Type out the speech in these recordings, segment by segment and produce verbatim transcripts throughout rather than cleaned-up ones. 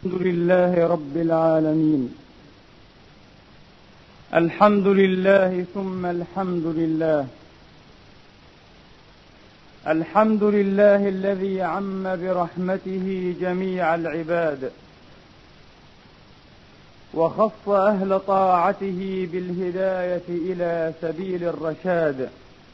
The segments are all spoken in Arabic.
الحمد لله رب العالمين. الحمد لله ثم الحمد لله. الحمد لله الذي عم برحمته جميع العباد، وخص أهل طاعته بالهداية إلى سبيل الرشاد،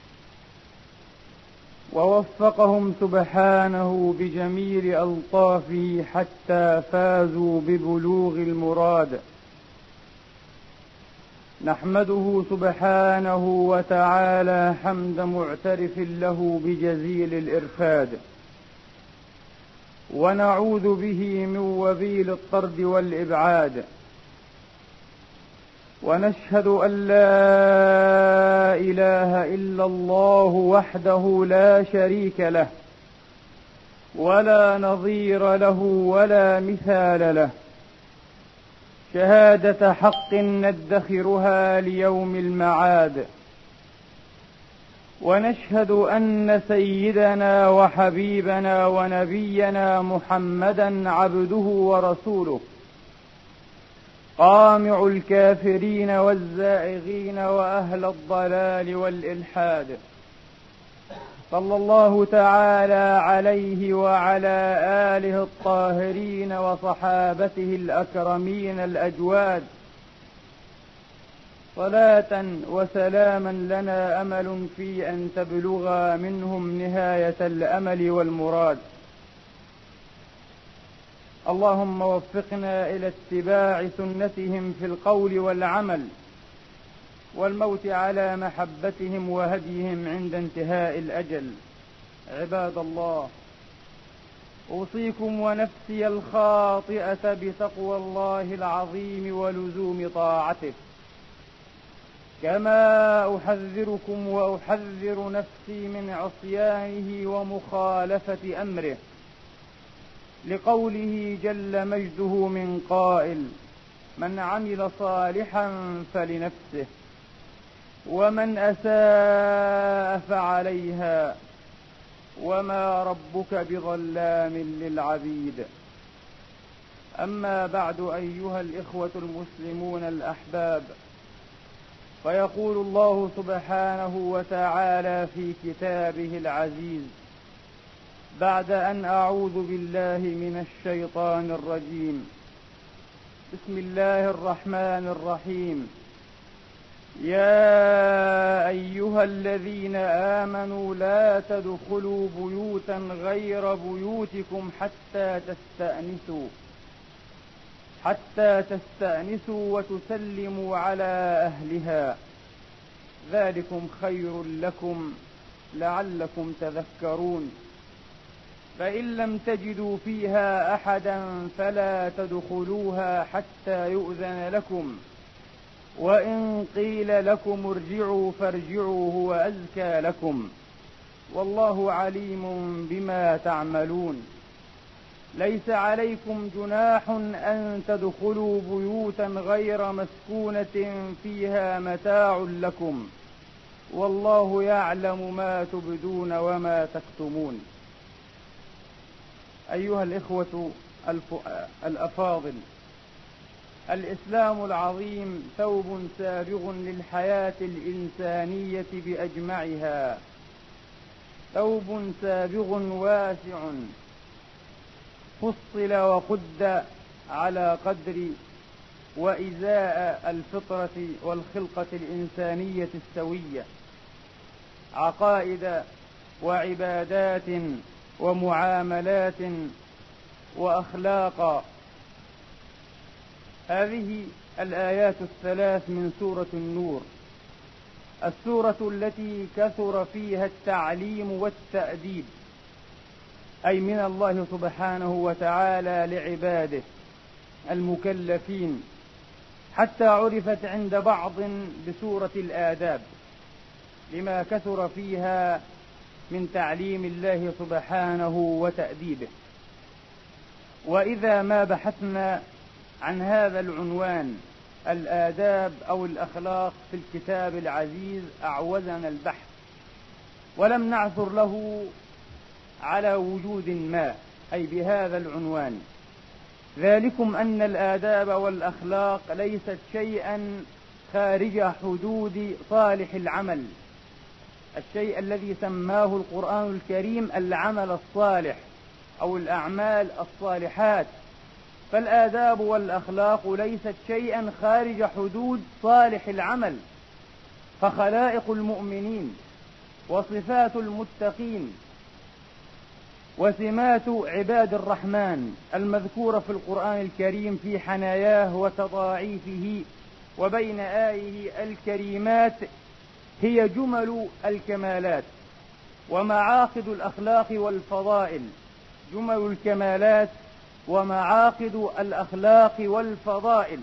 ووفقهم سبحانه بجميل ألطافه حتى فازوا ببلوغ المراد. نحمده سبحانه وتعالى حمد معترف له بجزيل الإرفاد، ونعوذ به من وبيل الطرد والإبعاد، ونشهد أن لا إله إلا الله وحده لا شريك له، ولا نظير له ولا مثال له، شهادة حق ندخرها ليوم المعاد. ونشهد أن سيدنا وحبيبنا ونبينا محمدا عبده ورسوله، قامع الكافرين والزائغين وأهل الضلال والإلحاد، صلى الله تعالى عليه وعلى آله الطاهرين وصحابته الأكرمين الأجواد، صلاة وسلاما لنا أمل في أن تبلغ منهم نهاية الأمل والمراد. اللهم وفقنا إلى اتباع سنتهم في القول والعمل، والموت على محبتهم وهديهم عند انتهاء الأجل. عباد الله، أوصيكم ونفسي الخاطئة بتقوى الله العظيم ولزوم طاعته، كما أحذركم وأحذر نفسي من عصيانه ومخالفة أمره، لقوله جل مجده من قائل: من عمل صالحا فلنفسه ومن أساء فعليها وما ربك بظلام للعبيد. أما بعد، أيها الإخوة المسلمون الأحباب، فيقول الله سبحانه وتعالى في كتابه العزيز بعد أن أعوذ بالله من الشيطان الرجيم: بسم الله الرحمن الرحيم. يا أيها الذين آمنوا لا تدخلوا بيوتا غير بيوتكم حتى تستأنسوا حتى تستأنسوا وتسلموا على أهلها، ذلكم خير لكم لعلكم تذكرون. فإن لم تجدوا فيها أحدا فلا تدخلوها حتى يؤذن لكم، وإن قيل لكم ارجعوا فارجعوا هو أزكى لكم، والله عليم بما تعملون. ليس عليكم جناح أن تدخلوا بيوتا غير مسكونة فيها متاع لكم، والله يعلم ما تبدون وما تكتمون. أيها الإخوة الأفاضل، الإسلام العظيم ثوب سابغ للحياة الإنسانية بأجمعها، ثوب سابغ واسع فصل وقد على قدر وإزاء الفطرة والخلقة الإنسانية السوية، عقائد وعبادات ومعاملات وأخلاق. هذه الآيات الثلاث من سورة النور، السورة التي كثر فيها التعليم والتأديب، أي من الله سبحانه وتعالى لعباده المكلفين، حتى عرفت عند بعض بسورة الآداب، لما كثر فيها من تعليم الله سبحانه وتأديبه. وإذا ما بحثنا عن هذا العنوان، الآداب أو الأخلاق، في الكتاب العزيز أعوزنا البحث، ولم نعثر له على وجود ما، أي بهذا العنوان. ذلكم أن الآداب والأخلاق ليست شيئا خارج حدود صالح العمل، الشيء الذي سماه القرآن الكريم العمل الصالح أو الأعمال الصالحات، فالآداب والأخلاق ليست شيئا خارج حدود صالح العمل، فخلائق المؤمنين وصفات المتقين وسمات عباد الرحمن المذكورة في القرآن الكريم في حناياه وتضاعيفه وبين آيه الكريمات هي جمل الكمالات ومعاقد الأخلاق والفضائل، جمل الكمالات ومعاقد الأخلاق والفضائل.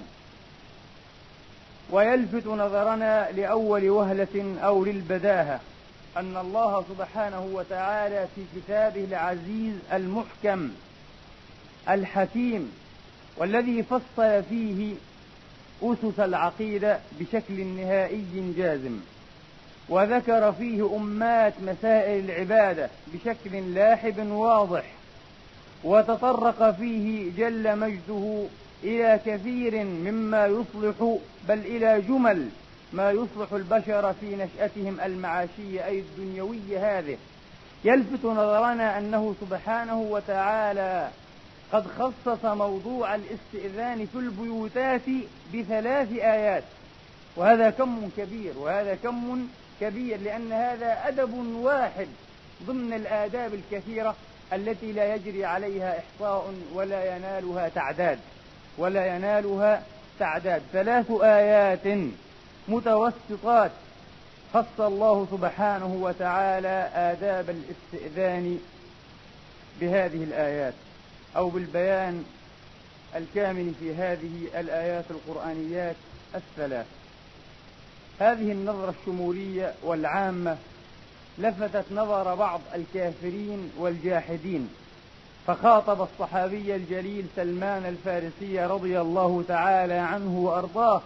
ويلفت نظرنا لأول وهلة أو للبداهة أن الله سبحانه وتعالى في كتابه العزيز المحكم الحكيم والذي فصل فيه أسس العقيدة بشكل نهائي جازم، وذكر فيه أمات مسائل العبادة بشكل لاحب واضح، وتطرق فيه جل مجده إلى كثير مما يصلح بل إلى جمل ما يصلح البشر في نشأتهم المعاشية أي الدنيوية هذه. يلفت نظرنا أنه سبحانه وتعالى قد خصص موضوع الاستئذان في البيوتات بثلاث آيات، وهذا كم كبير وهذا كم كبير لأن هذا أدب واحد ضمن الآداب الكثيرة التي لا يجري عليها إحصاء ولا ينالها تعداد ولا ينالها تعداد ثلاث آيات متوسطات خص الله سبحانه وتعالى آداب الاستئذان بهذه الآيات أو بالبيان الكامل في هذه الآيات القرآنيات الثلاث. هذه النظرة الشمولية والعامة لفتت نظر بعض الكافرين والجاحدين، فخاطب الصحابي الجليل سلمان الفارسي رضي الله تعالى عنه وأرضاه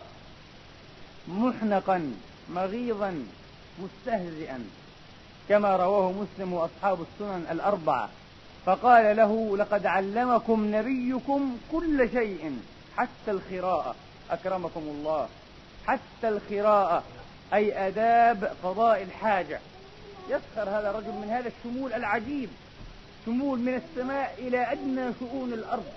محنقا مغيظا مستهزئا كما رواه مسلم وأصحاب السنن الأربعة، فقال له: لقد علمكم نبيكم كل شيء حتى الخراءة، أكرمكم الله، حتى الخراءة أي آداب قضاء الحاجة. يسخر هذا الرجل من هذا الشمول العجيب، شمول من السماء إلى أدنى شؤون الأرض،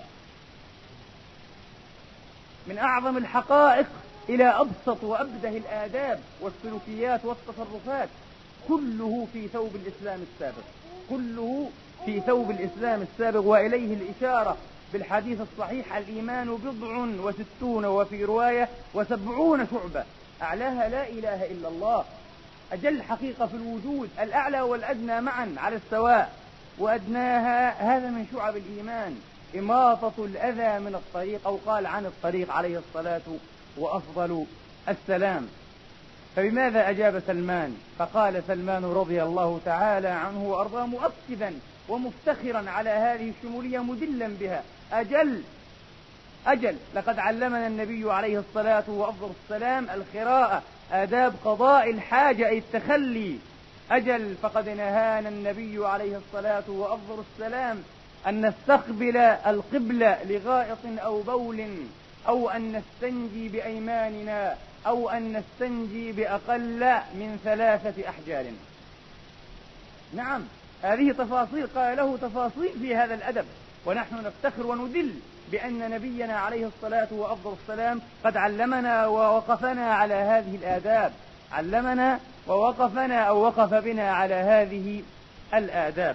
من أعظم الحقائق إلى أبسط وأبده الآداب والسلوكيات والتصرفات، كله في ثوب الإسلام السابق، كله في ثوب الإسلام السابق. وإليه الإشارة بالحديث الصحيح: الإيمان بضع وستون وفي رواية وسبعون شعبة، أعلاها لا إله إلا الله، أجل حقيقة في الوجود، الأعلى والأدنى معا على السواء، وأدناها هذا من شعب الإيمان إماطة الأذى من الطريق، أو قال عن الطريق عليه الصلاة وأفضل السلام. فبماذا أجاب سلمان؟ فقال سلمان رضي الله تعالى عنه وأرضاه مؤكدا ومفتخرا على هذه الشمولية مدلا بها: أجل أجل لقد علمنا النبي عليه الصلاة وأفضل السلام الخراءة، آداب قضاء الحاجة أي التخلي. أجل فقد نهانا النبي عليه الصلاة وأفضل السلام أن نستقبل القبلة لغائط أو بول، أو أن نستنجي بأيماننا، أو أن نستنجي بأقل من ثلاثة أحجار. نعم، هذه تفاصيل قال له تفاصيل في هذا الأدب، ونحن نفتخر وندل بأن نبينا عليه الصلاة وأفضل السلام قد علمنا ووقفنا على هذه الآداب، علمنا ووقفنا أو وقف بنا على هذه الآداب.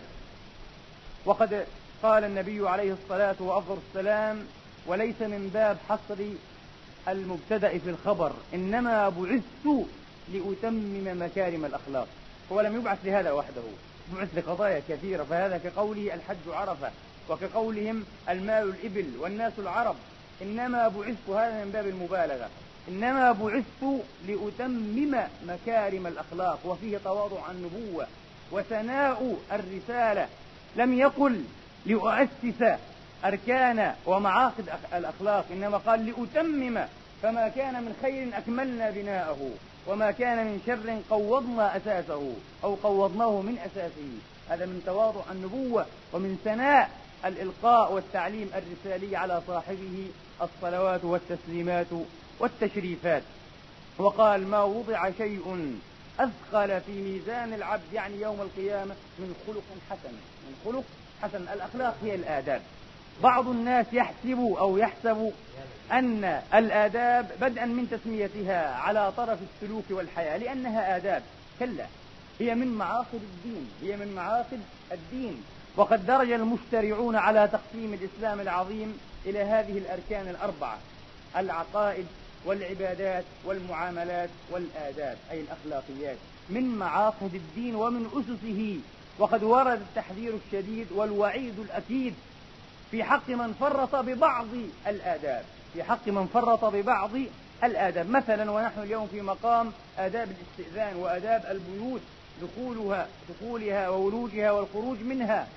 وقد قال النبي عليه الصلاة وأفضل السلام: وليس من باب حصر المبتدأ في الخبر، إنما بعثت لأتمم مكارم الأخلاق. هو لم يبعث لهذا وحده، بعث لقضايا كثيرة، فهذا كقوله الحج عرفة، وكقولهم المال الإبل والناس العرب. إنما بعثت، هذا من باب المبالغة، إنما بعثت لأتمم مكارم الأخلاق، وفيه تواضع النبوة وثناء الرسالة. لم يقل لأؤسس أركان ومعاقد الأخلاق، إنما قال لأتمم، فما كان من خير أكملنا بناءه، وما كان من شر قوضنا أساسه أو قوضناه من أساسه. هذا من تواضع النبوة ومن ثناء الإلقاء والتعليم الرسالي على صاحبه الصلوات والتسليمات والتشريفات. وقال: ما وضع شيء أثقل في ميزان العبد يعني يوم القيامة من خلق حسن. من خلق حسن. الأخلاق هي الآداب. بعض الناس يحسب أو يحسب أن الآداب بدءا من تسميتها على طرف السلوك والحياة لأنها آداب. كلا، هي من معاقد الدين، هي من معاقد الدين. وقد درج المشترعون على تقسيم الإسلام العظيم إلى هذه الأركان الأربعة: العقائد والعبادات والمعاملات والآداب، أي الأخلاقيات، من معاقد الدين ومن أسسه. وقد ورد التحذير الشديد والوعيد الأكيد في حق من فرط ببعض الآداب، في حق من فرط ببعض الآداب. مثلا ونحن اليوم في مقام آداب الاستئذان وآداب البيوت، دخولها دخولها وولوجها والخروج منها.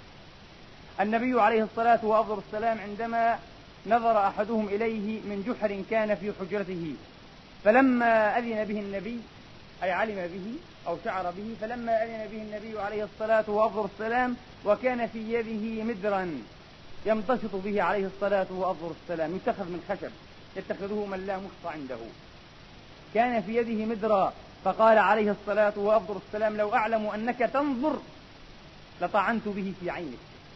النبي عليه الصلاة وأفضل السلام عندما نظر أحدهم إليه من جحر كان في حجرته، فلما أذن به النبي، أي علم به أو شعر به، فلما أذن به النبي عليه الصلاة وأفضل السلام وكان في يده مدرا يمتشط به عليه الصلاة وأفضل السلام، يتخذ من خشب يتخذه من لا مشط عنده، كان في يده مدرا، فقال عليه الصلاة وأفضل السلام: لو أعلم أنك تنظر لطعنت به في عينك،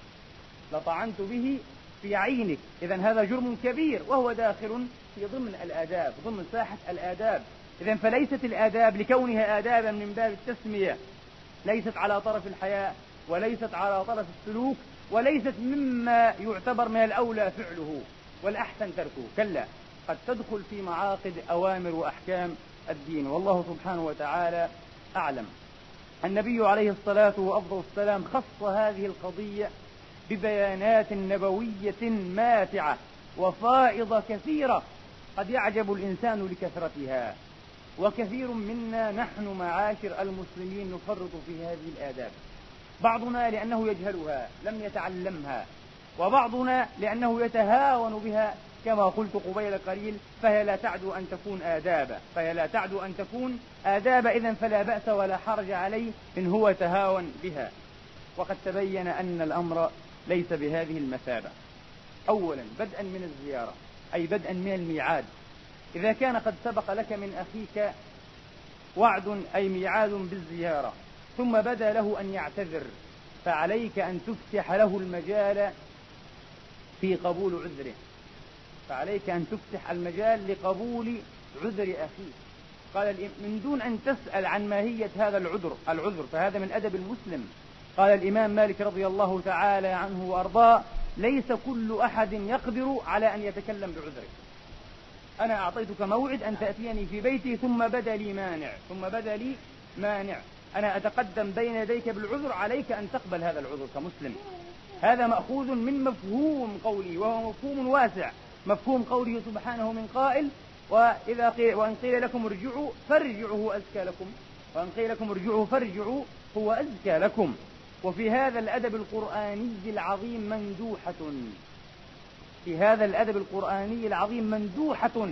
لطعنت به في عينك. إذن هذا جرم كبير وهو داخل في ضمن الآداب، ضمن ساحة الآداب. إذن فليست الآداب لكونها آدابا من باب التسمية ليست على طرف الحياء وليست على طرف السلوك وليست مما يعتبر من الأولى فعله والأحسن تركه. كلا، قد تدخل في معاقد أوامر وأحكام الدين، والله سبحانه وتعالى أعلم. النبي عليه الصلاة وأفضل السلام خص هذه القضية ببيانات نبوية ماتعة وفائضة كثيرة قد يعجب الإنسان لكثرتها، وكثير منا نحن معاشر المسلمين نفرط في هذه الآداب، بعضنا لأنه يجهلها لم يتعلمها، وبعضنا لأنه يتهاون بها كما قلت قبيل قليل، فهي لا تعدو أن تكون آدابا، فهي لا تعدو أن تكون آدابا. إذن فلا بأس ولا حرج عليه إن هو تهاون بها. وقد تبين أن الأمر ليس بهذه المثابة. أولا بدءا من الزيارة، أي بدءا من الميعاد. إذا كان قد سبق لك من أخيك وعد أي ميعاد بالزيارة ثم بدا له أن يعتذر، فعليك أن تفتح له المجال في قبول عذره، فعليك أن تفتح المجال لقبول عذر أخيك. قال من دون أن تسأل عن ماهية هذا العذر العذر فهذا من أدب المسلم. قال الإمام مالك رضي الله تعالى عنه وأرضاه: ليس كل أحد يقدر على أن يتكلم بعذره. أنا أعطيتك موعد أن تأتيني في بيتي ثم بدا لي مانع ثم بدا لي مانع أنا أتقدم بين يديك بالعذر، عليك أن تقبل هذا العذر كمسلم. هذا مأخوذ من مفهوم قولي، وهو مفهوم واسع، مفهوم قوله سبحانه من قائل: وإذا قيل وإن قيل لكم ارجعوا فارجعوا هو أزكى لكم، وإن قيل لكم ارجعوا فارجعوا هو أزكى لكم. وفي هذا الأدب القرآني العظيم مندوحة في هذا الأدب القرآني العظيم مندوحة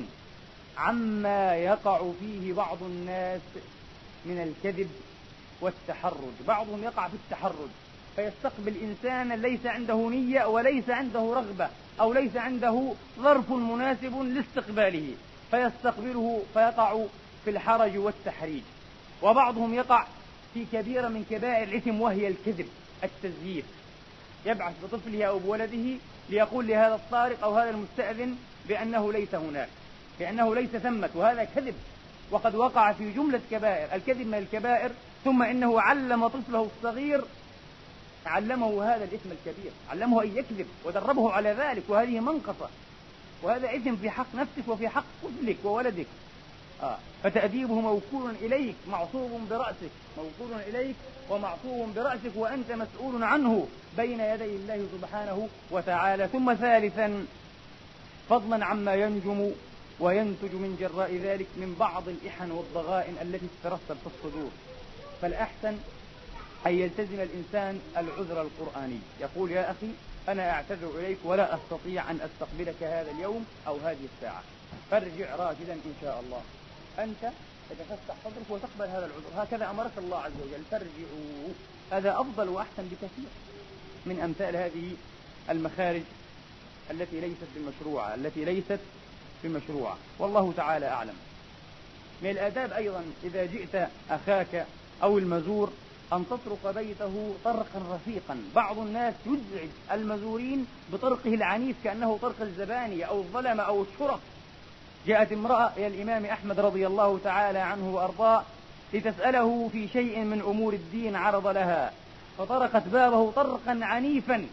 عما يقع فيه بعض الناس من الكذب والتحرج. بعضهم يقع في التحرج فيستقبل إنسانا ليس عنده نية وليس عنده رغبة أو ليس عنده ظرف مناسب لاستقباله، فيستقبله فيقع في الحرج والتحريج. وبعضهم يقع في كبيرة من كبائر الإثم وهي الكذب، التزييف. يبعث بطفله أو بولده ليقول لهذا الطارق أو هذا المستأذن بأنه ليس هناك، بأنه ليس ثمة، وهذا كذب. وقد وقع في جملة كبائر، الكذب من الكبائر. ثم إنه علم طفله الصغير، علمه هذا الإثم الكبير، علمه أن يكذب ودربه على ذلك، وهذه منقصة، وهذا إثم في حق نفسك وفي حق طفلك وولدك. آه. فتأديبه موكول إليك معصوب برأسك، موكول إليك ومعصوب برأسك، وأنت مسؤول عنه بين يدي الله سبحانه وتعالى. ثم ثالثا، فضلا عما ينجم وينتج من جراء ذلك من بعض الإحن والضغائن التي تترسب في الصدور، فالأحسن أن يلتزم الإنسان العذر القرآني، يقول: يا أخي أنا أعتذر إليك ولا أستطيع أن أستقبلك هذا اليوم أو هذه الساعة، فارجع راجلا إن شاء الله. أنت تتفتح صدرك وتقبل هذا العذر، هكذا أمرك الله عز وجل، فارجعوا. هذا أفضل وأحسن بكثير من أمثال هذه المخارج التي ليست بمشروعة التي ليست بمشروعة والله تعالى أعلم. من الآداب أيضا إذا جئت أخاك أو المزور أن تطرق بيته طرقا رفيقا. بعض الناس يزعج المزورين بطرقه العنيف كأنه طرق الزبانية أو الظلمة أو الشرف. جاءت امرأة إلى الإمام أحمد رضي الله تعالى عنه وأرضاه لتسأله في شيء من أمور الدين عرض لها، فطرقت بابه طرقا عنيفا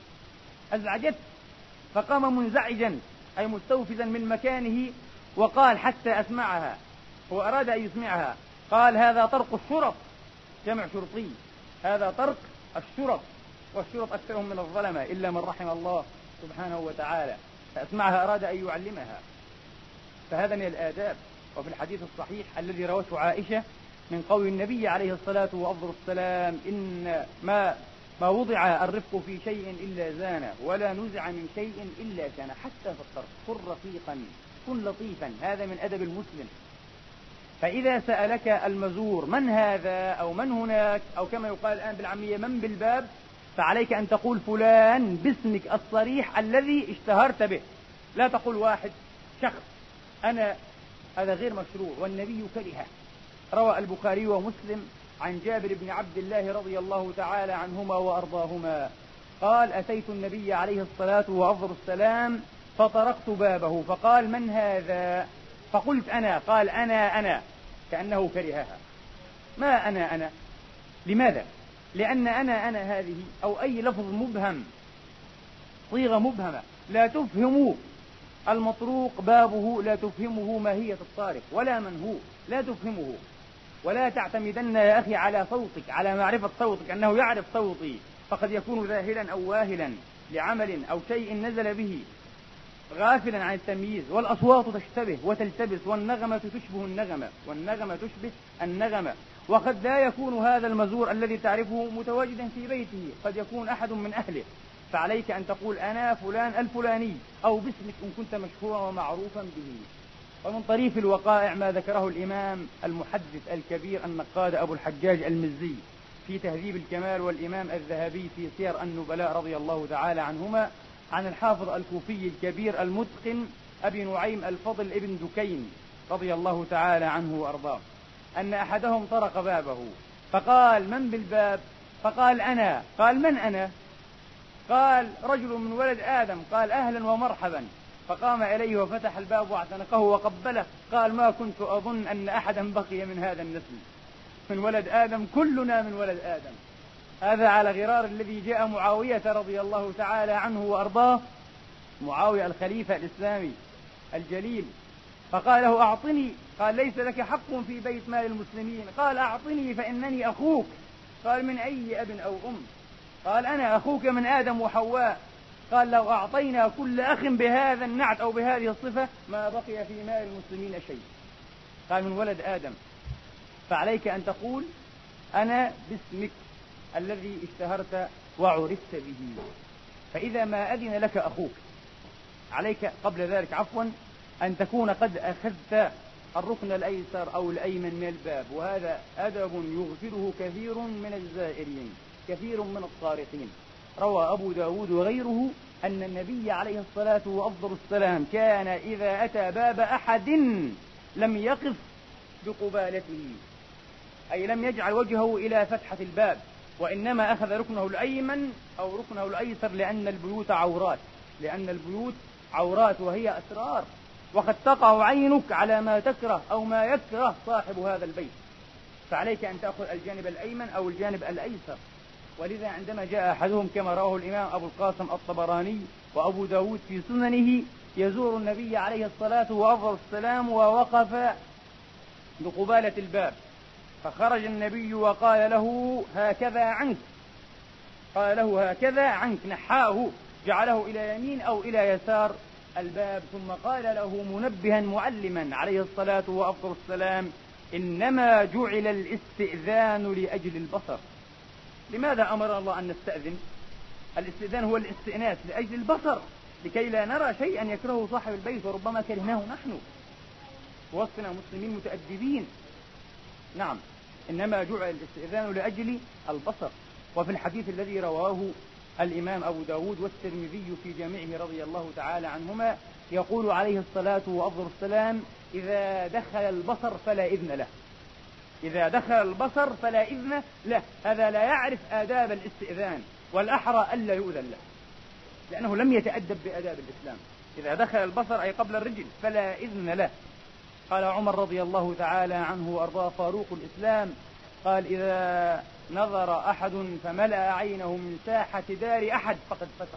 أزعجت، فقام منزعجا أي مستوفزا من مكانه وقال حتى أسمعها، هو أراد أن يسمعها، قال هذا طرق الشرف، جمع شرطي، هذا طرق الشرف، والشرف أكثرهم من الظلمة إلا من رحم الله سبحانه وتعالى، فأسمعها أراد أن يعلمها. فهذا من الآداب. وفي الحديث الصحيح الذي روته عائشة من قول النبي عليه الصلاة والسلام إن ما ما وضع الرفق في شيء إلا زانه ولا نزع من شيء إلا كان، حتى في الطرق كن رفيقا كن لطيفا، هذا من أدب المسلم. فإذا سألك المزور من هذا أو من هناك أو كما يقال الآن بالعامية من بالباب، فعليك أن تقول فلان باسمك الصريح الذي اشتهرت به، لا تقول واحد شخص أنا، هذا غير مشروع والنبي كرهه. روى البخاري ومسلم عن جابر بن عبد الله رضي الله تعالى عنهما وأرضاهما قال أتيت النبي عليه الصلاة والسلام فطرقت بابه فقال من هذا؟ فقلت أنا، قال أنا أنا، كأنه كرهها. ما أنا أنا؟ لماذا؟ لأن أنا أنا هذه أو أي لفظ مبهم صيغة مبهمة لا تفهم المطروق بابه، لا تفهمه ماهية الطارق ولا من هو، لا تفهمه. ولا تعتمدن يا أخي على صوتك، على معرفة صوتك أنه يعرف صوتي، فقد يكون ذاهلا أو واهلا لعمل أو شيء نزل به غافلا عن التمييز. والأصوات تشتبه وتلتبس، والنغمة تشبه النغمة والنغمة تشبه النغمة. وقد لا يكون هذا المزور الذي تعرفه متواجدا في بيته، قد يكون أحد من أهله، فعليك أن تقول أنا فلان الفلاني أو باسمك إن كنت مشهورا ومعروفا به. ومن طريف الوقائع ما ذكره الإمام المحدث الكبير النقاد أبو الحجاج المزي في تهذيب الكمال، والإمام الذهبي في سير النبلاء رضي الله تعالى عنهما عن الحافظ الكوفي الكبير المتقن أبي نعيم الفضل ابن دكين رضي الله تعالى عنه وأرضاه أن أحدهم طرق بابه فقال من بالباب؟ فقال أنا. قال من أنا؟ قال رجل من ولد آدم. قال أهلا ومرحبا. فقام إليه وفتح الباب واعتنقه وقبله. قال ما كنت أظن أن أحدا بقي من هذا النسل، من ولد آدم، كلنا من ولد آدم. هذا على غرار الذي جاء معاوية رضي الله تعالى عنه وأرضاه، معاوية الخليفة الإسلامي الجليل، فقال له أعطني. قال ليس لك حق في بيت مال المسلمين. قال أعطني فإنني أخوك. قال من أي أب أو أم؟ قال أنا أخوك من آدم وحواء. قال لو أعطينا كل أخ بهذا النعت أو بهذه الصفة ما بقي في مال المسلمين شيء. قال من ولد آدم. فعليك أن تقول أنا باسمك الذي اشتهرت وعرفت به. فإذا ما أذن لك أخوك عليك قبل ذلك عفوا أن تكون قد أخذت الركن الأيسر أو الأيمن من الباب، وهذا أدب يغفله كثير من الزائرين، كثير من الطارقين. روى أبو داود وغيره أن النبي عليه الصلاة والسلام كان إذا أتى باب أحد لم يقف بقبالته، أي لم يجعل وجهه إلى فتحة الباب، وإنما أخذ ركنه الأيمن أو ركنه الأيسر، لأن البيوت عورات، لأن البيوت عورات وهي أسرار، وقد تقع عينك على ما تكره أو ما يكره صاحب هذا البيت، فعليك أن تأخذ الجانب الأيمن أو الجانب الأيسر. ولذا عندما جاء أحدهم كما رواه الإمام أبو القاسم الطبراني وأبو داود في سننه يزور النبي عليه الصلاة والسلام ووقف بقبالة الباب، فخرج النبي وقال له هكذا عنك، قال له هكذا عنك، نحاه جعله إلى يمين أو إلى يسار الباب، ثم قال له منبها معلما عليه الصلاة والسلام إنما جعل الاستئذان لأجل البصر. لماذا أمر الله أن نستأذن؟ الاستئذان هو الاستئناس لأجل البصر، لكي لا نرى شيئا يكرهه صاحب البيت وربما كرهناه نحن، وصفنا مسلمين متأدبين. نعم، إنما جعل الاستئذان لأجل البصر. وفي الحديث الذي رواه الإمام أبو داود والترمذي في جامعه رضي الله تعالى عنهما، يقول عليه الصلاة وأفضل السلام: إذا دخل البصر فلا إذن له. إذا دخل البصر فلا إذن له. هذا لا يعرف آداب الاستئذان، والأحرى ألا يؤذن له، لأنه لم يتأدب بآداب الإسلام. إذا دخل البصر أي قبل الرجل فلا إذن له. قال عمر رضي الله تعالى عنه وأرضاه فاروق الإسلام، قال: إذا نظر أحد فملأ عينه من ساحة دار أحد فقد فسق.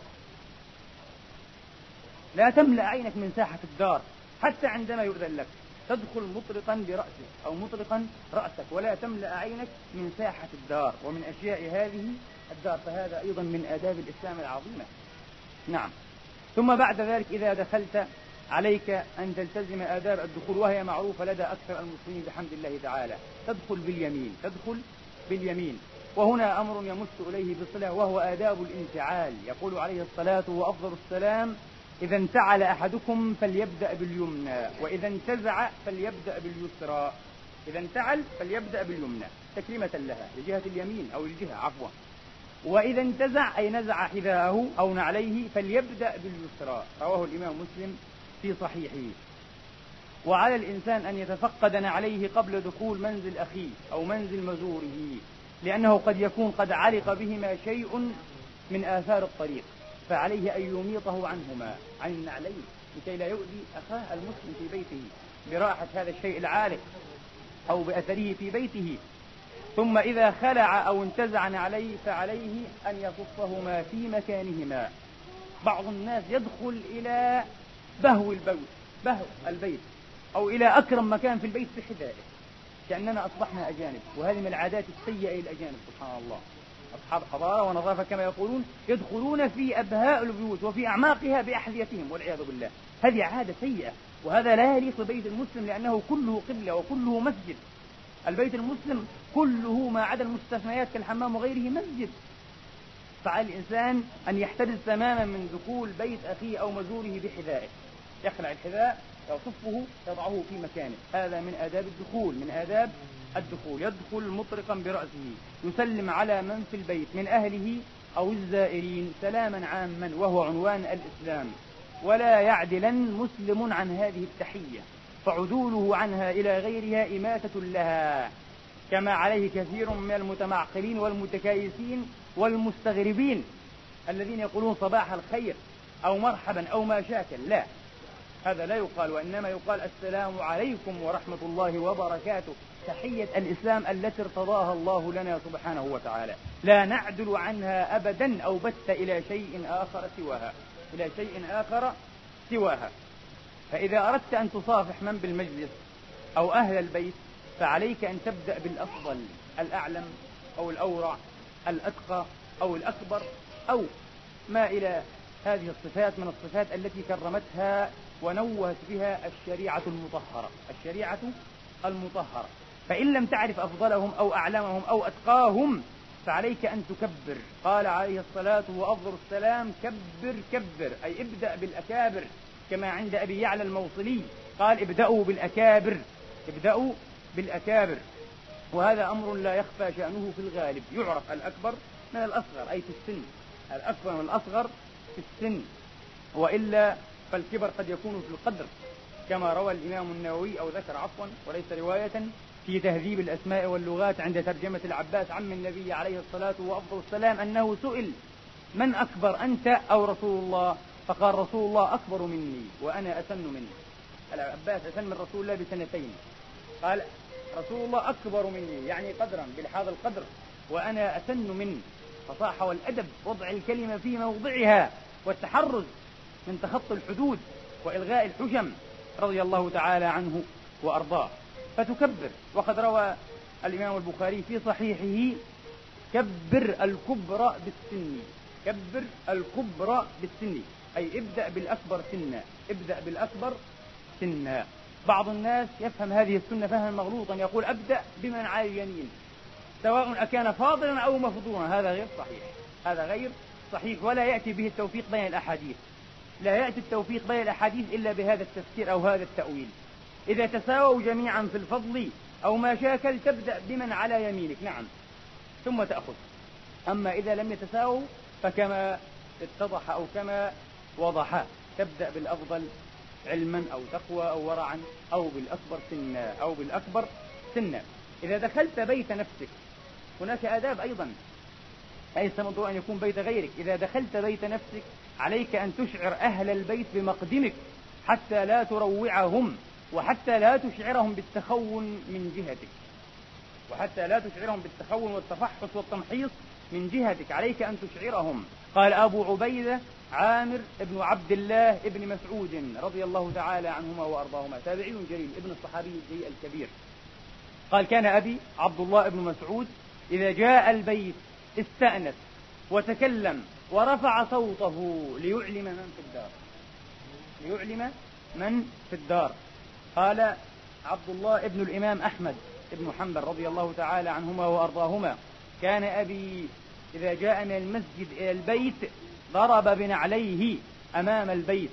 لا تملأ عينك من ساحة الدار حتى عندما يؤذن لك، تدخل مطرقا برأسك أو مطرقا رأسك، ولا تملأ عينك من ساحة الدار ومن أشياء هذه الدار، فهذا أيضا من آداب الإسلام العظيمة. نعم. ثم بعد ذلك إذا دخلت عليك أن تلتزم آداب الدخول، وهي معروفة لدى أكثر المسلمين بحمد الله تعالى. تدخل باليمين، تدخل باليمين. وهنا أمر يمس إليه بصلة، وهو آداب الانتعال. يقول عليه الصلاة وأفضل السلام: إذا انتعل أحدكم فليبدأ باليمنى، وإذا انتزع فليبدأ باليسرى. إذا انتعل فليبدأ باليمنى تكريمة لها لجهة اليمين أو الجهة عفوا، وإذا انتزع أي نزع حذاءه أو نعليه فليبدأ باليسرى. رواه الإمام مسلم في صحيحه. وعلى الإنسان أن يتفقد نعليه قبل دخول منزل أخيه أو منزل مزوره، لأنه قد يكون قد علق بهما شيء من آثار الطريق، فعليه أن يميطه عنهما، عن النعلين، لكي لا يؤذي أخاه المسلم في بيته برائحة هذا الشيء العالق أو بأثره في بيته. ثم إذا خلع أو انتزع نعليه فعليه أن يصفهما في مكانهما. بعض الناس يدخل إلى بهو البيت بهو البيت أو إلى أكرم مكان في البيت بحذائه، كأننا أصبحنا أجانب، وهذه من العادات السيئة للأجانب سبحان الله. أصحاب حضارة ونظافة كما يقولون يدخلون في أبهاء البيوت وفي أعماقها بأحذيتهم والعياذ بالله. هذه عادة سيئة، وهذا لا يليق ببيت المسلم، لأنه كله قبلة وكله مسجد. البيت المسلم كله ما عدا المستثنيات كالحمام وغيره مسجد. فعلى الإنسان أن يحترز تماما من دخول بيت أخيه أو مزوره بحذائه، يخلع الحذاء يصفه يضعه في مكانه. هذا من آداب الدخول، من آداب الدخول. يدخل مطرقا برأسه، يسلم على من في البيت من أهله أو الزائرين سلاما عاما، وهو عنوان الإسلام. ولا يعدلن مسلم عن هذه التحية، فعدوله عنها إلى غيرها إماتة لها، كما عليه كثير من المتمعقلين والمتكايسين والمستغربين الذين يقولون صباح الخير أو مرحبا أو ما شاكل. لا، هذا لا يقال، وإنما يقال السلام عليكم ورحمة الله وبركاته، تحية الإسلام التي ارتضاها الله لنا سبحانه وتعالى. لا نعدل عنها أبدا أو بت إلى شيء آخر سواها إلى شيء آخر سواها. فإذا أردت أن تصافح من بالمجلس أو أهل البيت فعليك أن تبدأ بالأفضل، الأعلم أو الأورع، الأتقى أو الأكبر، أو ما إلى هذه الصفات من الصفات التي كرمتها ونوهت بها الشريعة المطهرة الشريعة المطهرة. فإن لم تعرف أفضلهم أو أعلمهم أو أتقاهم فعليك أن تكبر. قال عليه الصلاة وأفضل السلام: كبر كبر، أي ابدأ بالأكابر، كما عند أبي يعلى الموصلي قال: ابدأوا بالأكابر ابدأوا بالأكابر. وهذا أمر لا يخفى شأنه في الغالب. يعرف الأكبر من الأصغر أي في السن، الأكبر من الأصغر في السن، وإلا فالكبر قد يكون في القدر، كما روى الإمام النووي أو ذكر عفوا وليس رواية في تهذيب الأسماء واللغات عند ترجمة العباس عم النبي عليه الصلاة وأفضل السلام أنه سئل: من أكبر أنت أو رسول الله؟ فقال: رسول الله أكبر مني وأنا أسن منه. العباس أسن من رسول الله بسنتين، قال رسول الله أكبر مني يعني قدرا بلحاظ القدر، وأنا أسن منه. فصاح والأدب وضع الكلمة في موضعها والتحرز من تخطي الحدود وإلغاء الحشم رضي الله تعالى عنه وأرضاه. فتكبر. وقد روى الإمام البخاري في صحيحه: كبر الكبرى بالسن كبر الكبرى بالسن أي ابدأ بالأكبر سنا ابدأ بالأكبر سنا. بعض الناس يفهم هذه السنة فهما مغلوطا، يقول أبدأ بمن على اليمين سواء أكان فاضلا أو مفضولا. هذا غير صحيح هذا غير صحيح ولا يأتي به التوفيق بين الأحاديث. لا يأتي التوفيق بين الأحاديث إلا بهذا التفسير أو هذا التأويل. إذا تساووا جميعا في الفضل أو ما شاكل تبدأ بمن على يمينك، نعم، ثم تأخذ. أما إذا لم يتساووا فكما اتضح أو كما وضح، تبدأ بالأفضل علما أو تقوى أو ورعا، أو بالأكبر سنا أو بالأكبر سنا. إذا دخلت بيت نفسك هناك آداب أيضا، ليس موضوع أن يكون بيت غيرك. إذا دخلت بيت نفسك عليك أن تشعر أهل البيت بمقدمك حتى لا تروعهم، وحتى لا تشعرهم بالتخون من جهتك، وحتى لا تشعرهم بالتخون والتفحص والتمحيص من جهتك، عليك أن تشعرهم. قال أبو عبيدة عامر ابن عبد الله ابن مسعود رضي الله تعالى عنهما وأرضاهما، تابعي جليل ابن الصحابي الجليل الكبير، قال كان أبي عبد الله ابن مسعود إذا جاء البيت استأنس وتكلم ورفع صوته ليعلم من في الدار، ليعلم من في الدار. قال عبد الله ابن الإمام أحمد ابن حنبل رضي الله تعالى عنهما وأرضاهما كان أبي إذا جاء من المسجد إلى البيت ضرب بنعليه أمام البيت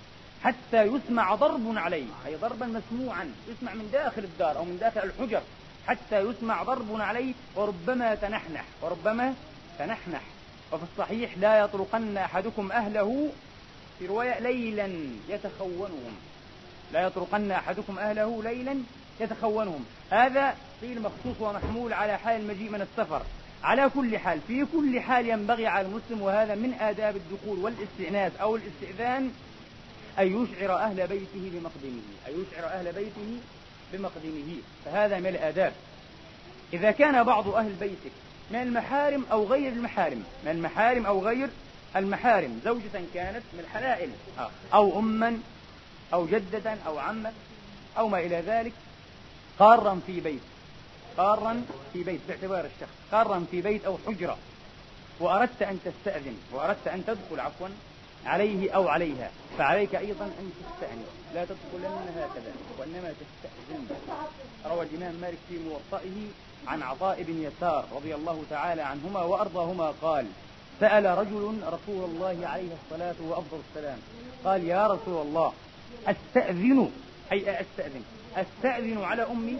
حتى يسمع ضرب عليه، أي ضربا مسموعا يسمع من داخل الدار أو من داخل الحجر، حتى يسمع ضرب عليه وربما تنحنح وربما تنحنح. وفي الصحيح لا يطرقن أحدكم أهله، في رواية ليلا يتخونهم، لا يطرقن أحدكم أهله ليلا يتخونهم. هذا قيل مخصوص ومحمول على حال المجيء من السفر. على كل حال، في كل حال ينبغي على المسلم، وهذا من آداب الدخول والاستئناس أو الاستئذان، أن يشعر أهل بيته بمقدمه، أن يشعر أهل بيته بمقدمه، فهذا من الآداب. إذا كان بعض أهل بيتك من المحارم أو غير المحارم، من المحارم أو غير المحارم، زوجة كانت من الحلائل أو أما أو جدة أو عمة أو ما إلى ذلك، قارا في بيت، قارا في بيت باعتبار الشخص، قارا في بيت أو حجرة، وأردت أن تستأذن وأردت أن تدخل عفوا عليه أو عليها، فعليك أيضا أن تستأنس، لا تدخلن هكذا وإنما تستأذن. روى الإمام مالك في موطئه عن عطاء بن يسار رضي الله تعالى عنهما وأرضاهما قال سأل رجل رسول الله عليه الصلاة وأفضل السلام، قال يا رسول الله أستأذن، أي أستأذن أستأذن على أمي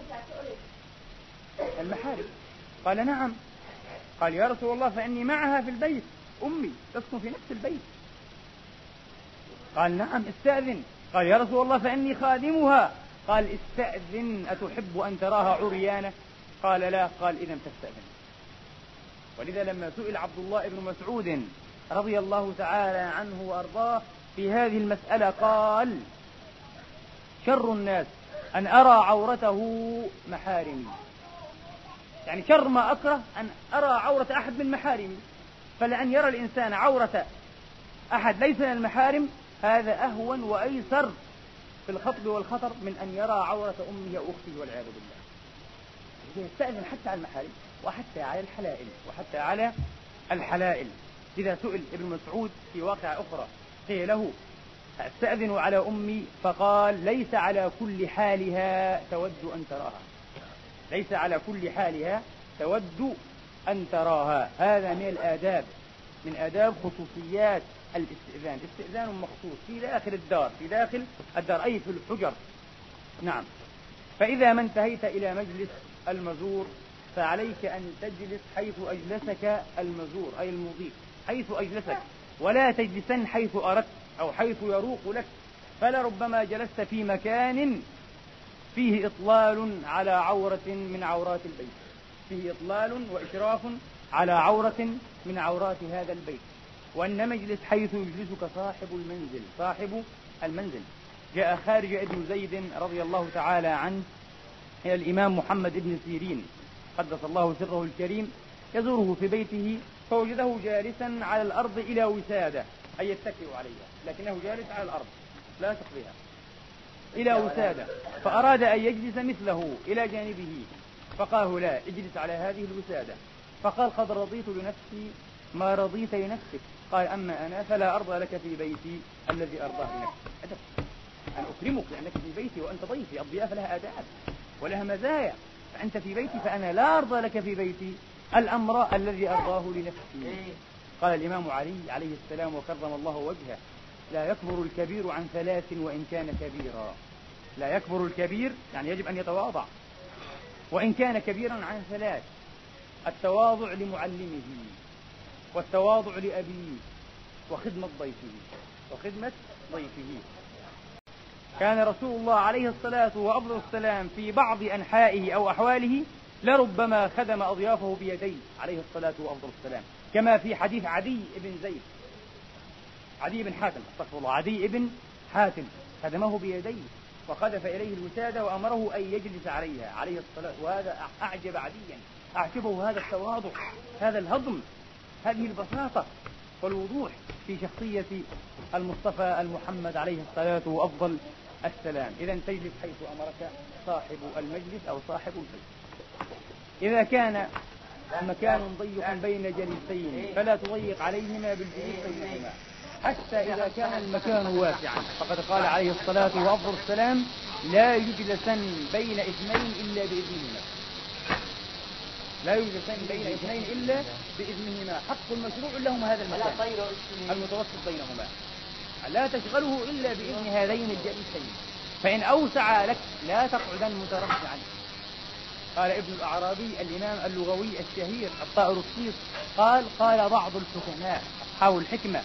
المحارم؟ قال نعم. قال يا رسول الله فإني معها في البيت، أمي تسكن في نفس البيت. قال نعم استأذن. قال يا رسول الله فإني خادمها. قال استأذن، أتحب أن تراها عريانة؟ قال لا. قال إذن تستأذن. ولذا لما سئل عبد الله بن مسعود رضي الله تعالى عنه وأرضاه في هذه المسألة قال شر الناس أن أرى عورته محارمي، يعني شر ما أكره أن أرى عورة أحد من محارمي، فلأن يرى الإنسان عورة أحد ليس من المحارم هذا أهون وأيسر في الخطب والخطر من أن يرى عورة أمه أو أخته والعياذ بالله. يستأذن حتى على المحارم وحتى على الحلائل، وحتى على الحلائل. إذا سئل ابن مسعود في واقعة أخرى قيل له أستأذن على أمي؟ فقال ليس على كل حالها تود أن تراها، ليس على كل حالها تود أن تراها. هذا من الآداب، من آداب خصوصيات الاستئذان، استئذان مخصوص في داخل الدار، في داخل الدار أي في الحجر. نعم. فإذا ما انتهيت إلى مجلس المزور فعليك أن تجلس حيث أجلسك المزور أي المضيف، حيث أجلسك، ولا تجلسن حيث أردت أو حيث يروق لك، فلربما جلست في مكان فيه إطلال على عورة من عورات البيت، فيه إطلال وإشراف على عورة من عورات هذا البيت، وأن مجلس حيث يجلسك صاحب المنزل، صاحب المنزل. جاء خارج ابن زيد رضي الله تعالى عنه إلى الإمام محمد بن سيرين قدس الله سره الكريم يزوره في بيته، فوجده جالسا على الأرض إلى وسادة، أي يتكئ عليها، لكنه جالس على الأرض لا يثق بها، إلى وسادة، فأراد أن يجلس مثله إلى جانبه، فقال لا اجلس على هذه الوسادة. فقال قد رضيت لنفسي ما رضيت لنفسك. قال أما أنا فلا أرضى لك في بيتي الذي أرضاه لنفسي. أنا أكرمك لأنك في بيتي وأنت ضيفي، الضيافة لها آداب ولها مزايا، فأنت في بيتي فأنا لا أرضى لك في بيتي الأمر الذي أرضاه لنفسي. قال الإمام علي عليه السلام وكرم الله وجهه لا يكبر الكبير عن ثلاث وإن كان كبيرا. لا يكبر الكبير يعني يجب أن يتواضع، وإن كان كبيرا عن ثلاث. التواضع لمعلمه، والتواضع لأبيه وخدمة ضيفه وخدمة ضيفه. كان رسول الله عليه الصلاة وأفضل السلام في بعض أنحائه أو أحواله لربما خدم أضيافه بيديه عليه الصلاة وأفضل السلام، كما في حديث عدي بن زيد عدي بن حاتم استغفر الله عدي بن حاتم خدمه بيديه وقذف إليه الوسادة وأمره أن يجلس عليها عليه الصلاة، وهذا أعجب عديا، أعجبه هذا التواضع، هذا الهضم، هذه البساطة والوضوح في شخصية المصطفى المحمد عليه الصلاة وأفضل السلام. إذا تجلس حيث أمرك صاحب المجلس أو صاحب البيت. إذا كان مكان ضيق بين جليسين فلا تضيق عليهما بالجلوس بينهما، حتى إذا كان المكان واسعا، فقد قال عليه الصلاة وأفضل السلام لا يجلسن بين اثنين إلا بإذنهما، لا يجلسن بين اثنين إلا بإذنهما، حق مشروع لهم هذا المكان المتوسط بينهما، لا تشغله إلا بإذن هذين الجليسين، فإن أوسع لك لا تقعدن مترفعا. قال ابن الأعرابي الإمام اللغوي الشهير الطائر الصيص قال قال بعض الحكماء أصحاب الحكمة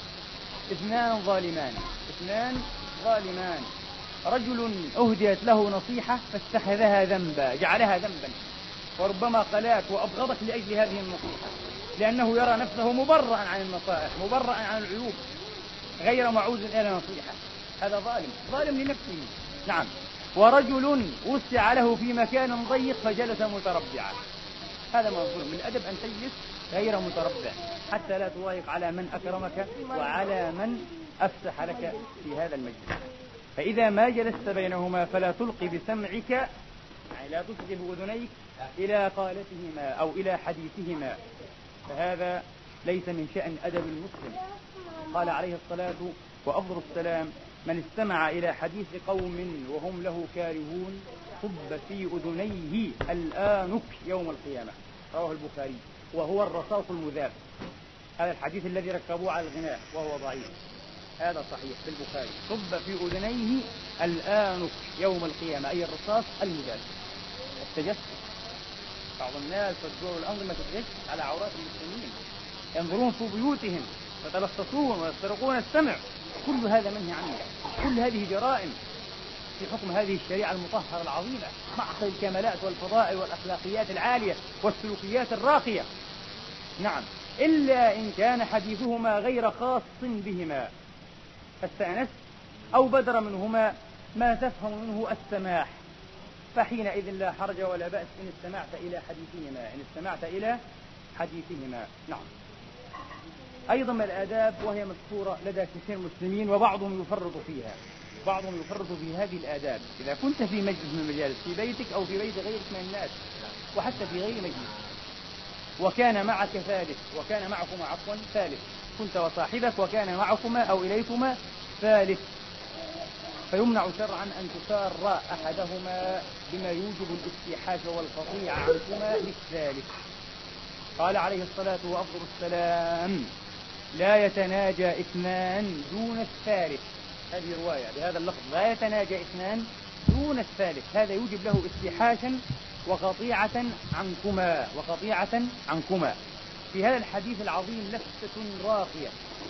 اثنان ظالمان اثنان ظالمان رجل أهديت له نصيحة فاتخذها ذنبا جعلها ذنبا، وربما قلاك وأبغضك لأجل هذه النصيحة، لأنه يرى نفسه مبرأ عن النصائح، مبرأ عن العيوب، غير معوز إلى نصيحة. هذا ظالم ظالم لنفسه. نعم. ورجل وسع له في مكان ضيق فجلس متربعا، هذا مظلوم. من الأدب أن تجلس غير متربع حتى لا تضايق على من أكرمك وعلى من أفسح لك في هذا المجلس. فإذا ما جلست بينهما فلا تلقي بسمعك، يعني لا تصغي أذنيك إلى قالتهما أو إلى حديثهما، فهذا ليس من شأن أدب المسلم. قال عليه الصلاة وأفضل السلام من استمع إلى حديث قوم وهم له كارهون صب في أذنيه الآنك يوم القيامة، رواه البخاري، وهو الرصاص المذاب. هذا الحديث الذي ركبوه على الغناء وهو ضعيف، هذا صحيح في البخاري، صب في أذنيه الآنك يوم القيامة، أي الرصاص المذاب. التجسس، بعض الناس تدور الأنظمة تتجسس على عورات المسلمين، ينظرون في بيوتهم يتلصصون ويسترقون السمع، كل هذا منهي عنه، كل هذه جرائم في حكم هذه الشريعة المطهرة العظيمة، معقل الكمالات والفضائل والأخلاقيات العالية والسلوكيات الراقية. نعم، إلا إن كان حديثهما غير خاص بهما فاستأنست أو بدر منهما ما تفهم منه السماح، فحينئذ لا حرج ولا بأس إن استمعت إلى حديثهما إن استمعت إلى حديثهما. نعم. أيضا من الآداب وهي مذكورة لدى كثير من المسلمين وبعضهم يفرط فيها، بعضهم يفرط في هذه الآداب. إذا كنت في مجلس من المجالس في بيتك أو في بيت غيرك من الناس وحتى في غير مجلس وكان معك ثالث وكان معكما عفوا ثالث كنت وصاحبك وكان معكما أو إليكما ثالث، فيمنع شرعا أن تسار أحدهما بما يوجب الاستيحاش والقطيع عنكما للثالث. قال عليه الصلاة وأفضل السلام لا يتناجى اثنان دون الثالث، هذه رواية بهذا اللفظ، لا يتناجى اثنان دون الثالث، هذا يوجب له استيحاشا وقطيعة عنكما وقطيعة عنكما. في هذا الحديث العظيم لفتة راقية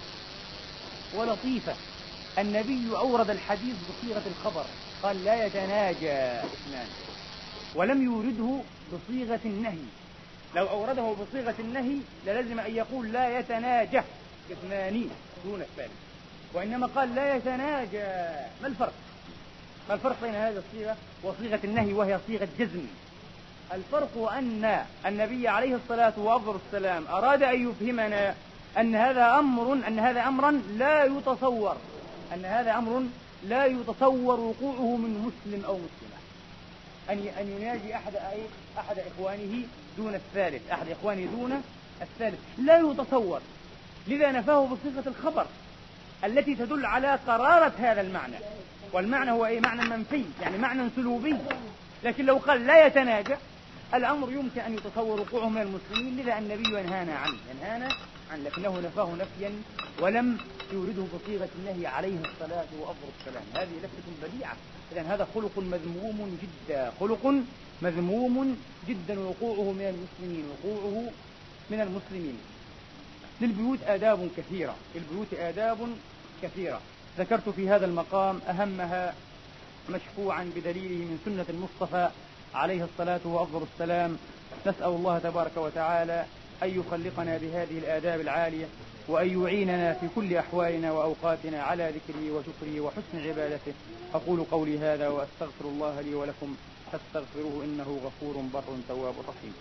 ولطيفة، النبي أورد الحديث بصيغة الخبر، قال لا يتناجى اثنان، ولم يورده بصيغة النهي. لو أورده بصيغة النهي للزم أن يقول لا يتناجى اثنان دون الثالث، وإنما قال لا يتناجى. ما الفرق؟ ما الفرق بين هذه الصيغة وصيغة النهي وهي صيغة جزم؟ الفرق أن النبي عليه الصلاة وأفضل السلام أراد أن يفهمنا أن هذا أمر أن هذا أمرا لا يتصور أن هذا أمر لا يتصور وقوعه من مسلم أو مسلمة، أن أن يناجي أحد أحد إخوانه دون الثالث، أحد إخوانه دون الثالث لا يتصور، لذا نفاه بصيغة الخبر التي تدل على قرارة هذا المعنى، والمعنى هو أي معنى منفي، يعني معنى سلوبي. لكن لو قال لا يتناجى الأمر يمكن أن يتصور وقوعه من المسلمين، لذا النبي ينهانا عنه ينهانا عنه لكنه نفاه نفيا ولم يورده بصيغة النهي عليه الصلاة وأفضل السلام. هذه لفتة بديعة. إذن هذا خلق مذموم جدا، خلق مذموم جدا، وقوعه من المسلمين وقوعه من المسلمين. للبيوت آداب كثيرة، للبيوت آداب كثيرة ذكرت في هذا المقام أهمها مشفوعا بدليله من سنة المصطفى عليه الصلاة وأفضل السلام. نسأل الله تبارك وتعالى أن يخلقنا بهذه الآداب العالية، وأن يعيننا في كل أحوالنا وأوقاتنا على ذكره وشكره وحسن عبادته. أقول قولي هذا وأستغفر الله لي ولكم فاستغفروه إنه غفور بر تواب رحيم.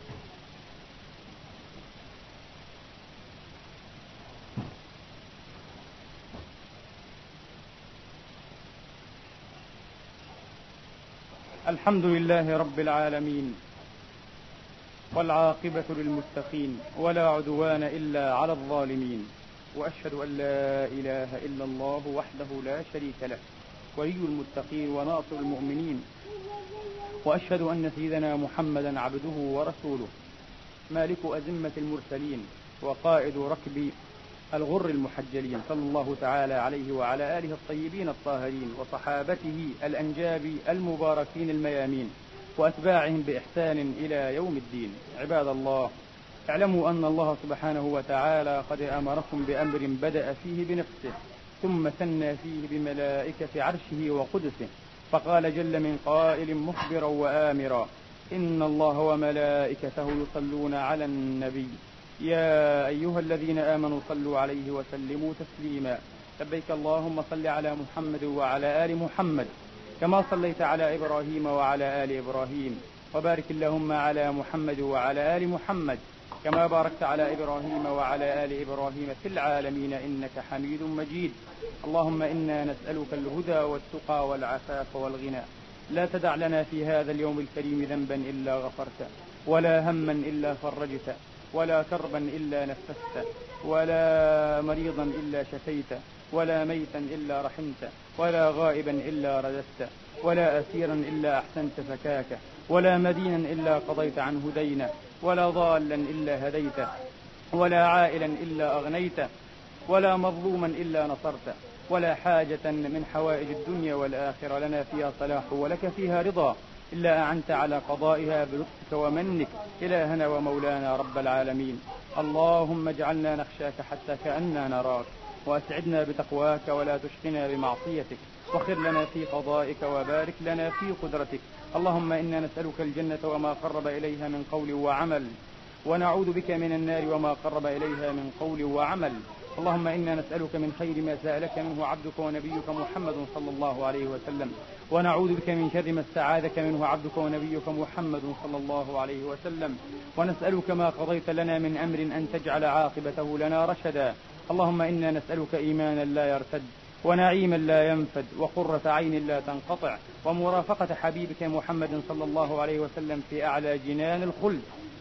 الحمد لله رب العالمين، والعاقبة للمتقين، ولا عدوان إلا على الظالمين، وأشهد أن لا إله إلا الله وحده لا شريك له ولي المتقين وناصر المؤمنين، وأشهد أن سيدنا محمدا عبده ورسوله مالك أزمة المرسلين وقائد ركب الغر المحجلين، صلى الله تعالى عليه وعلى آله الطيبين الطاهرين وصحابته الأنجاب المباركين الميامين وأتباعهم بإحسان إلى يوم الدين. عباد الله، اعلموا أن الله سبحانه وتعالى قد أمركم بأمر بدأ فيه بنفسه ثم ثنى فيه بملائكة عرشه وقدسه، فقال جل من قائل مخبرا وآمرا: إن الله وملائكته يصلون على النبي يا أيها الذين آمنوا صلوا عليه وسلموا تسليما. لبيك اللهم صل على محمد وعلى آل محمد كما صليت على إبراهيم وعلى آل إبراهيم، وبارك اللهم على محمد وعلى آل محمد كما باركت على إبراهيم وعلى آل إبراهيم في العالمين إنك حميد مجيد. اللهم إنا نسألك الهدى والتقى والعفاف والغنى. لا تدع لنا في هذا اليوم الكريم ذنبا إلا غفرته، ولا هما إلا فرجته، ولا كربا إلا نفسته، ولا مريضا إلا شفيته، ولا ميتا إلا رحمته، ولا غائبا إلا رددته، ولا أسيرا إلا أحسنت فكاكه، ولا مدينا إلا قضيت عنه دينه، ولا ضالا إلا هديته، ولا عائلا إلا أغنيته، ولا مظلوما إلا نصرته، ولا حاجة من حوائج الدنيا والآخرة لنا فيها صلاح ولك فيها رضا إلا أعنت على قضائها بلطفك ومنك إلهنا ومولانا رب العالمين. اللهم اجعلنا نخشاك حتى كأننا نراك، وأسعدنا بتقواك ولا تشقنا بمعصيتك، وخر لنا في قضائك وبارك لنا في قدرتك. اللهم إنا نسألك الجنة وما قرب إليها من قول وعمل، ونعوذ بك من النار وما قرب إليها من قول وعمل. اللهم إنا نسألك من خير ما سألك منه عبدك ونبيك محمد صلى الله عليه وسلم، ونعوذ بك من شر ما استعاذك منه عبدك ونبيك محمد صلى الله عليه وسلم، ونسألك ما قضيت لنا من أمر أن تجعل عاقبته لنا رشدا. اللهم إنا نسألك إيمانا لا يرتد، ونعيما لا ينفد، وقرة عين لا تنقطع، ومرافقة حبيبك محمد صلى الله عليه وسلم في أعلى جنان الخلد.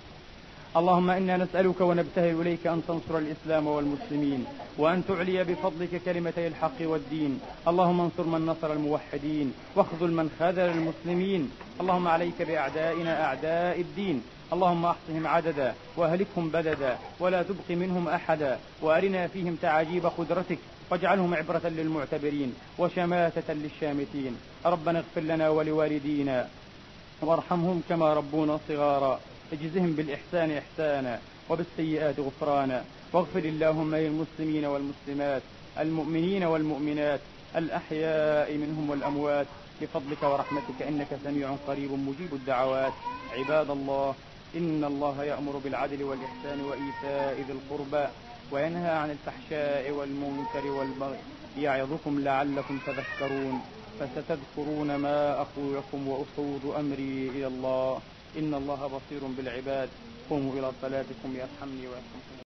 اللهم إنا نسألك ونبتهل إليك أن تنصر الإسلام والمسلمين، وأن تعلي بفضلك كلمتي الحق والدين. اللهم انصر من نصر الموحدين، واخذل من خذل المسلمين. اللهم عليك بأعدائنا أعداء الدين، اللهم أحصهم عددا وأهلكهم بددا، ولا تبق منهم أحدا، وأرنا فيهم تعاجيب قدرتك، واجعلهم عبرة للمعتبرين وشماتة للشامتين. ربنا اغفر لنا ولوالدينا وارحمهم كما ربونا صغارا، اجزهم بالإحسان إحسانا وبالسيئات غفرانا، واغفر اللهم للمسلمين والمسلمات المؤمنين والمؤمنات الأحياء منهم والأموات بفضلك ورحمتك إنك سميع قريب مجيب الدعوات. عباد الله، إن الله يأمر بالعدل والإحسان وإيتاء ذي القربى وينهى عن الفحشاء والمنكر والبغي يعظكم لعلكم تذكرون. فستذكرون ما أقول لكم وأفوض أمري إلى الله، إن الله بصير بالعباد. قوموا إلى صلاتكم يرحمني ويرحمكم.